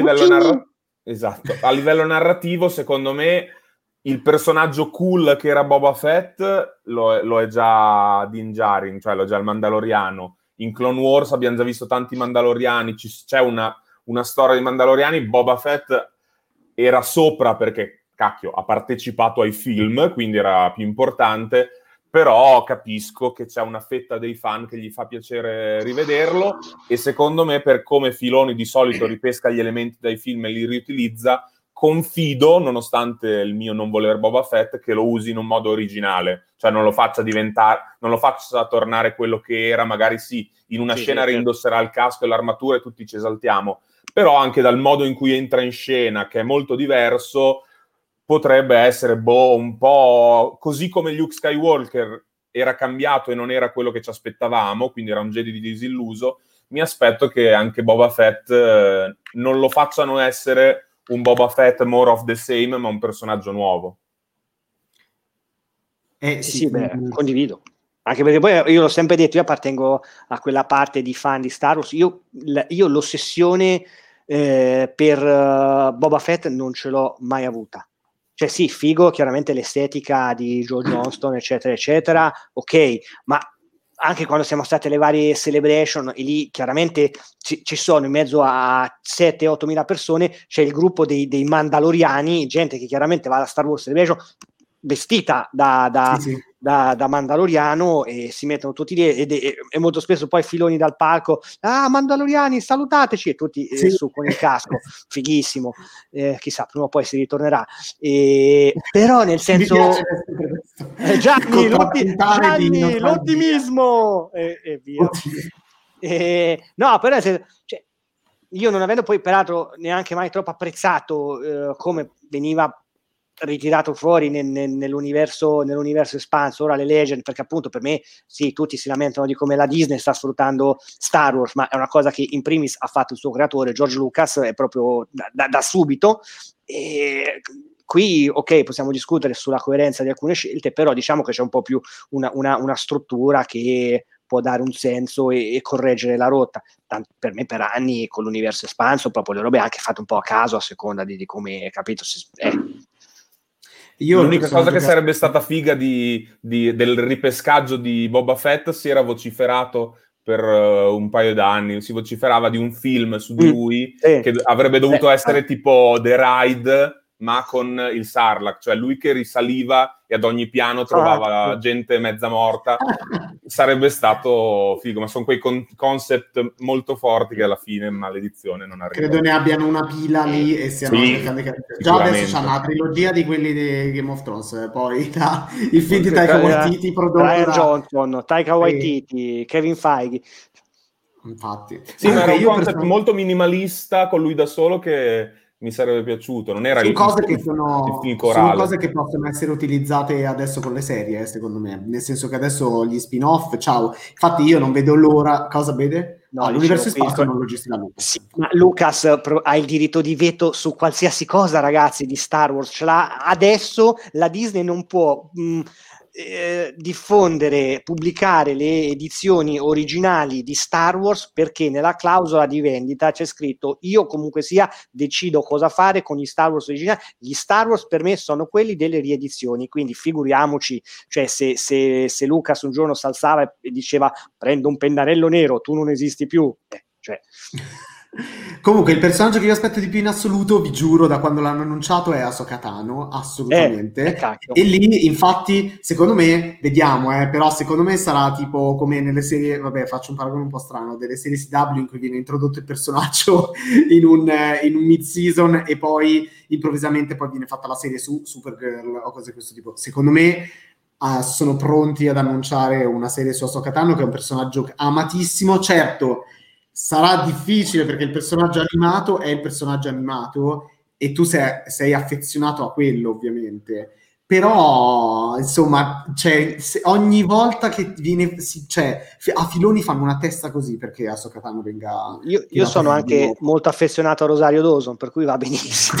a livello narrativo, secondo me il personaggio cool che era Boba Fett lo è già Din Djarin, cioè lo è già il Mandaloriano. In Clone Wars abbiamo già visto tanti Mandaloriani, c'è una storia di Mandaloriani. Boba Fett era sopra perché cacchio, ha partecipato ai film, quindi era più importante, però capisco che c'è una fetta dei fan che gli fa piacere rivederlo, e secondo me, per come Filoni di solito ripesca gli elementi dai film e li riutilizza, confido, nonostante il mio non voler Boba Fett, che lo usi in un modo originale, cioè non lo faccia tornare quello che era, magari sì, in una scena reindosserà il casco e l'armatura e tutti ci esaltiamo, però anche dal modo in cui entra in scena, che è molto diverso, potrebbe essere un po' così come Luke Skywalker era cambiato e non era quello che ci aspettavamo, quindi era un Jedi disilluso. Mi aspetto che anche Boba Fett non lo facciano essere un Boba Fett more of the same, ma un personaggio nuovo. Sì, condivido. Anche perché poi io l'ho sempre detto, io appartengo a quella parte di fan di Star Wars, io l'ossessione per Boba Fett non ce l'ho mai avuta. Cioè sì, figo chiaramente l'estetica di Joe Johnston, eccetera, eccetera, ok, ma anche quando siamo stati alle varie celebration, e lì chiaramente ci sono in mezzo a 7-8 mila persone, c'è il gruppo dei Mandaloriani, gente che chiaramente va alla Star Wars Celebration vestita da Mandaloriano, e si mettono tutti lì e molto spesso poi Filoni dal palco, Mandaloriani salutateci, e tutti su con il casco, fighissimo, chissà, prima o poi si ritornerà, però nel senso Gianni l'ottimismo e via. No, però cioè, io non avendo poi peraltro neanche mai troppo apprezzato come veniva ritirato fuori nell'universo espanso, ora le Legend, perché appunto per me sì, tutti si lamentano di come la Disney sta sfruttando Star Wars, ma è una cosa che in primis ha fatto il suo creatore George Lucas, è proprio da subito, e qui ok, possiamo discutere sulla coerenza di alcune scelte, però diciamo che c'è un po' più una struttura che può dare un senso e correggere la rotta. Per me per anni con l'universo espanso proprio le robe anche fatte un po' a caso a seconda di come, capito, l'unica cosa che sarebbe stata figa del ripescaggio di Boba Fett, si era vociferato per un paio d'anni, si vociferava di un film su di lui che avrebbe dovuto essere tipo The Ride, ma con il Sarlacc, cioè lui che risaliva e ad ogni piano trovava gente mezza morta. Sarebbe stato figo, ma sono quei concept molto forti che alla fine, maledizione, non arriva. Credo ne abbiano una pila lì e stiano cercando di capire. Già adesso c'hanno la trilogia di quelli di Game of Thrones, poi il film di Taika Waititi prodotto Ryan Johnson, Taika Waititi, Kevin Feige. Infatti. Sì, ma era un concept molto minimalista con lui da solo che mi sarebbe piaciuto, non era sono cose che possono essere utilizzate adesso con le serie, secondo me, nel senso che adesso gli spin-off, infatti io non vedo l'ora, cosa vede? No, l'universo espanso non lo gestirà Lucas. Sì, ma Lucas ha il diritto di veto su qualsiasi cosa, ragazzi, di Star Wars, ce l'ha adesso. La Disney non può diffondere, pubblicare le edizioni originali di Star Wars perché nella clausola di vendita c'è scritto: io comunque sia decido cosa fare con gli Star Wars originali, gli Star Wars per me sono quelli delle riedizioni, quindi figuriamoci, cioè se Lucas un giorno si alzava e diceva prendo un pennarello nero, tu non esisti più, cioè Comunque il personaggio che io aspetto di più in assoluto, vi giuro, da quando l'hanno annunciato è Ahsoka Tano, assolutamente. E lì infatti secondo me, vediamo, però secondo me sarà tipo come nelle serie, vabbè, faccio un paragone un po' strano, delle serie CW in cui viene introdotto il personaggio in un mid-season e poi improvvisamente poi viene fatta la serie su Supergirl o cose di questo tipo. Secondo me sono pronti ad annunciare una serie su Ahsoka Tano, che è un personaggio amatissimo. Certo, sarà difficile perché il personaggio animato è il personaggio animato e tu sei affezionato a quello, ovviamente. Però, insomma, ogni volta che viene... a filoni fanno una testa così perché Ahsoka Tano venga... Io sono anche molto affezionato a Rosario Dawson, per cui va benissimo.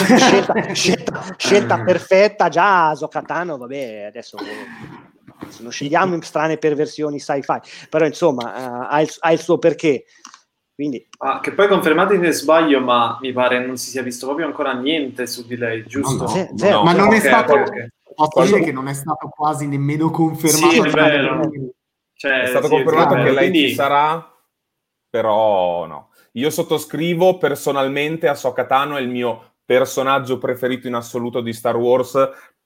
scelta perfetta, già Ahsoka Tano, vabbè, adesso non scegliamo in strane perversioni sci-fi, però insomma ha il suo perché. Quindi che poi confermatemi se sbaglio, ma mi pare non si sia visto proprio ancora niente su di lei, giusto? No. Ma non è stato posso dire che non è stato quasi nemmeno confermato. Sì, è vero. È stato confermato che lei ci sarà, però no. Io sottoscrivo personalmente, Ahsoka Tano è il mio personaggio preferito in assoluto di Star Wars,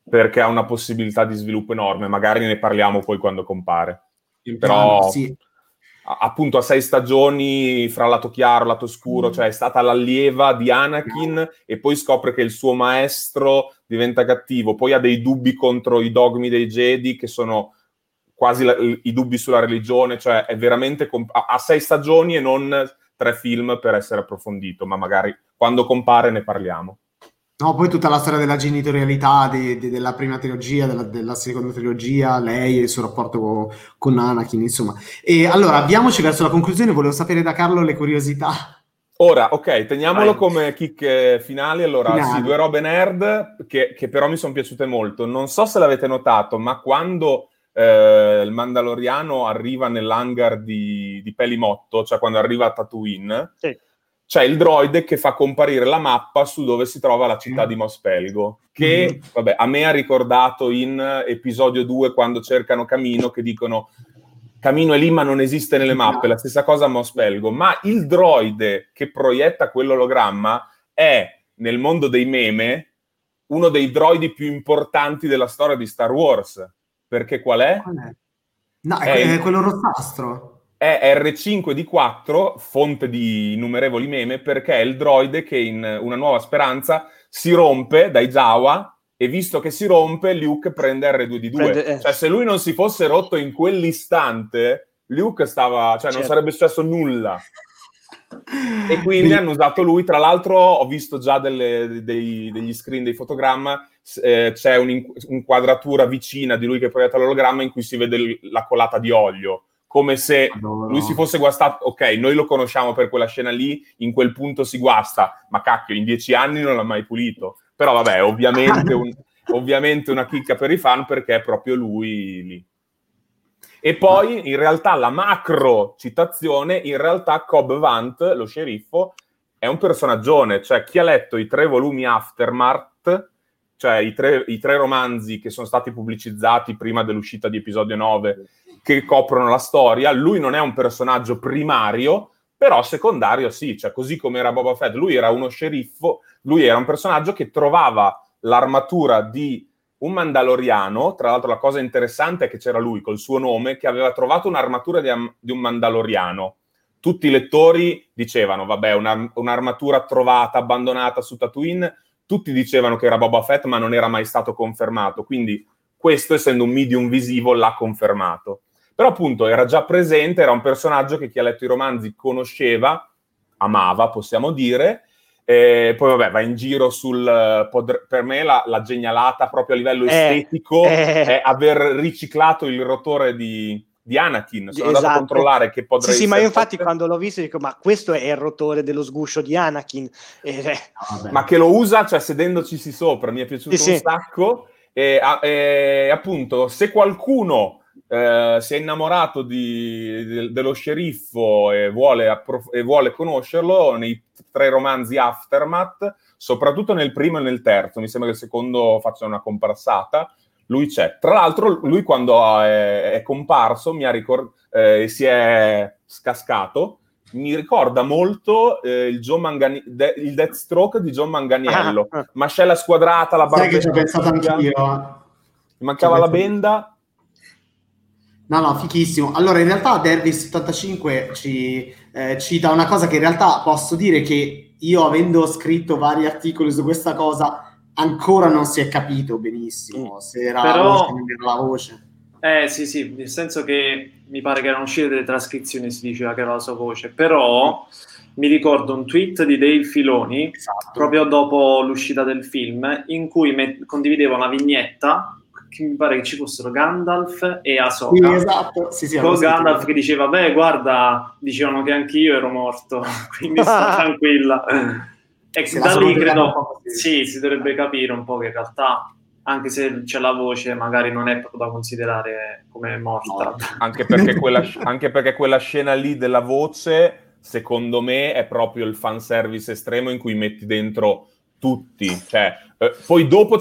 perché ha una possibilità di sviluppo enorme, magari ne parliamo poi quando compare. Però sì. Appunto a 6 stagioni, fra lato chiaro, lato scuro, cioè è stata l'allieva di Anakin e poi scopre che il suo maestro diventa cattivo, poi ha dei dubbi contro i dogmi dei Jedi, che sono quasi i dubbi sulla religione, cioè è veramente ha 6 stagioni e non 3 film per essere approfondito, ma magari quando compare ne parliamo. No, poi tutta la storia della genitorialità della prima trilogia, della seconda trilogia, lei e il suo rapporto con Anakin, insomma. E allora, avviamoci verso la conclusione, volevo sapere da Carlo le curiosità. Ora, ok, teniamolo come kick finali. Allora, sì, 2 robe nerd che però mi sono piaciute molto. Non so se l'avete notato, ma quando il Mandaloriano arriva nell'hangar di Pelimotto, cioè quando arriva a Tatooine, sì, c'è il droide che fa comparire la mappa su dove si trova la città di Mos Pelgo, che vabbè, a me ha ricordato in episodio 2 quando cercano Camino, che dicono Camino è lì ma non esiste nelle mappe, la stessa cosa a Mos Pelgo, ma il droide che proietta quell'ologramma è, nel mondo dei meme, uno dei droidi più importanti della storia di Star Wars, perché qual è? No, è quello rossastro. È R5D4, fonte di innumerevoli meme, perché è il droide che in Una Nuova Speranza si rompe dai Jawa e visto che si rompe, Luke prende R2D2. Cioè, se lui non si fosse rotto in quell'istante, Luke stava... Cioè, non sarebbe successo nulla. E quindi hanno usato lui. Tra l'altro ho visto già degli screen, dei fotogramma, c'è un'inquadratura vicina di lui che proietta l'ologramma in cui si vede la colata di olio, come se lui si fosse guastato. Ok, noi lo conosciamo per quella scena lì, in quel punto si guasta, ma cacchio, in 10 anni non l'ha mai pulito. Però vabbè, ovviamente una chicca per i fan, perché è proprio lui lì. E poi, in realtà, la macro citazione, in realtà Cobb Vanth, lo sceriffo, è un personaggione. Cioè, chi ha letto i 3 volumi Aftermath, cioè i tre romanzi che sono stati pubblicizzati prima dell'uscita di episodio 9, che coprono la storia, lui non è un personaggio primario, però secondario sì. Cioè, così come era Boba Fett, lui era uno sceriffo, lui era un personaggio che trovava l'armatura di un Mandaloriano. Tra l'altro la cosa interessante è che c'era lui col suo nome che aveva trovato un'armatura di un Mandaloriano. Tutti i lettori dicevano, vabbè, un'armatura trovata, abbandonata su Tatooine. Tutti dicevano che era Boba Fett, ma non era mai stato confermato. Quindi questo, essendo un medium visivo, l'ha confermato. Però appunto era già presente, era un personaggio che chi ha letto i romanzi conosceva, amava, possiamo dire. Poi vabbè, va in giro per me la genialata proprio a livello estetico è aver riciclato il rotore di Anakin. Sono andato a controllare che Pod Racer... Sì, ma io infatti quando l'ho visto dico, ma questo è il rotore dello sguscio di Anakin. Ma che lo usa, cioè sedendoci sopra, mi è piaciuto un sacco. E appunto, se qualcuno si è innamorato dello sceriffo e vuole conoscerlo, nei 3 romanzi Aftermath, soprattutto nel primo e nel terzo, mi sembra che il secondo faccia una comparsata, lui c'è. Tra l'altro lui quando è comparso si è scascato, mi ricorda molto il Deathstroke di John Manganiello, mascella squadrata, la barba. Sai che ci ho pensato anch'io. Mi mancava la benda. No, fichissimo. Allora, in realtà Dervis85 ci cita una cosa che in realtà posso dire che io, avendo scritto vari articoli su questa cosa, ancora non si è capito benissimo se era la voce o non era la voce. Sì, nel senso che mi pare che erano uscite delle trascrizioni, si diceva che era la sua voce, però mi ricordo un tweet di Dave Filoni, proprio dopo l'uscita del film, in cui condivideva una vignetta che mi pare che ci fossero Gandalf e Ahsoka. Sì, esatto. Sì, con Gandalf che diceva, beh, guarda, dicevano che anch'io ero morto, quindi sta tranquilla. E da lì credo, sì, si dovrebbe capire un po' che in realtà, anche se c'è la voce, magari non è proprio da considerare come morta. No, anche perché quella scena lì della voce, secondo me, è proprio il fanservice estremo in cui metti dentro tutti. Cioè, poi dopo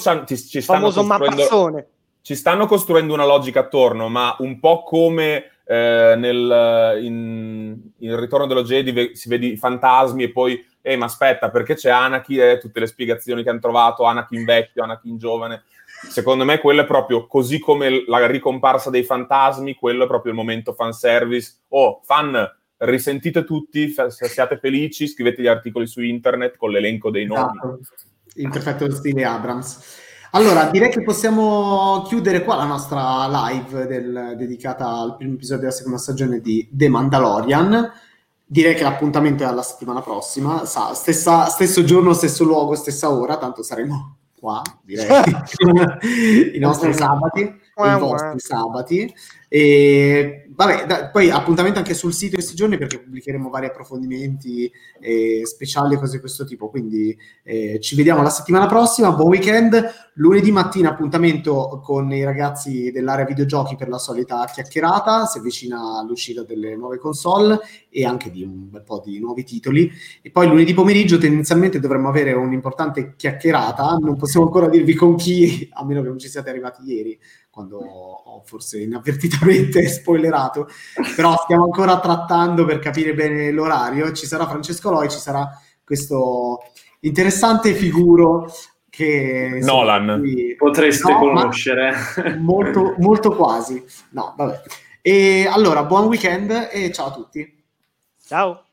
ci stanno costruendo una logica attorno, ma un po' come in Ritorno dello Jedi si vede i fantasmi e poi ma aspetta, perché c'è Anakin, tutte le spiegazioni che hanno trovato, Anakin vecchio, Anakin giovane. Secondo me quello è proprio, così come la ricomparsa dei fantasmi, quello è proprio il momento fanservice. Fan, risentite tutti, siate felici, scrivete gli articoli su internet con l'elenco dei nomi. Esatto. In perfetto stile Abrams. Allora, direi che possiamo chiudere qua la nostra live dedicata al primo episodio della seconda stagione di The Mandalorian. Direi che l'appuntamento è alla settimana prossima, stesso giorno, stesso luogo, stessa ora, tanto saremo qua, direi, i nostri sabati e i vostri sabati. E vabbè, poi appuntamento anche sul sito questi giorni, perché pubblicheremo vari approfondimenti speciali e cose di questo tipo, quindi ci vediamo la settimana prossima, buon weekend. Lunedì mattina appuntamento con i ragazzi dell'area videogiochi per la solita chiacchierata, si avvicina l'uscita delle nuove console e anche di un bel po' di nuovi titoli, e poi lunedì pomeriggio tendenzialmente dovremmo avere un'importante chiacchierata, non possiamo ancora dirvi con chi, a meno che non ci siate arrivati ieri, quando ho forse inavvertitamente spoilerato, però stiamo ancora trattando per capire bene l'orario. Ci sarà Francesco Loi, ci sarà questo interessante figuro che insomma, Nolan potreste conoscere molto, molto quasi. No, vabbè. E allora, buon weekend e ciao a tutti. Ciao.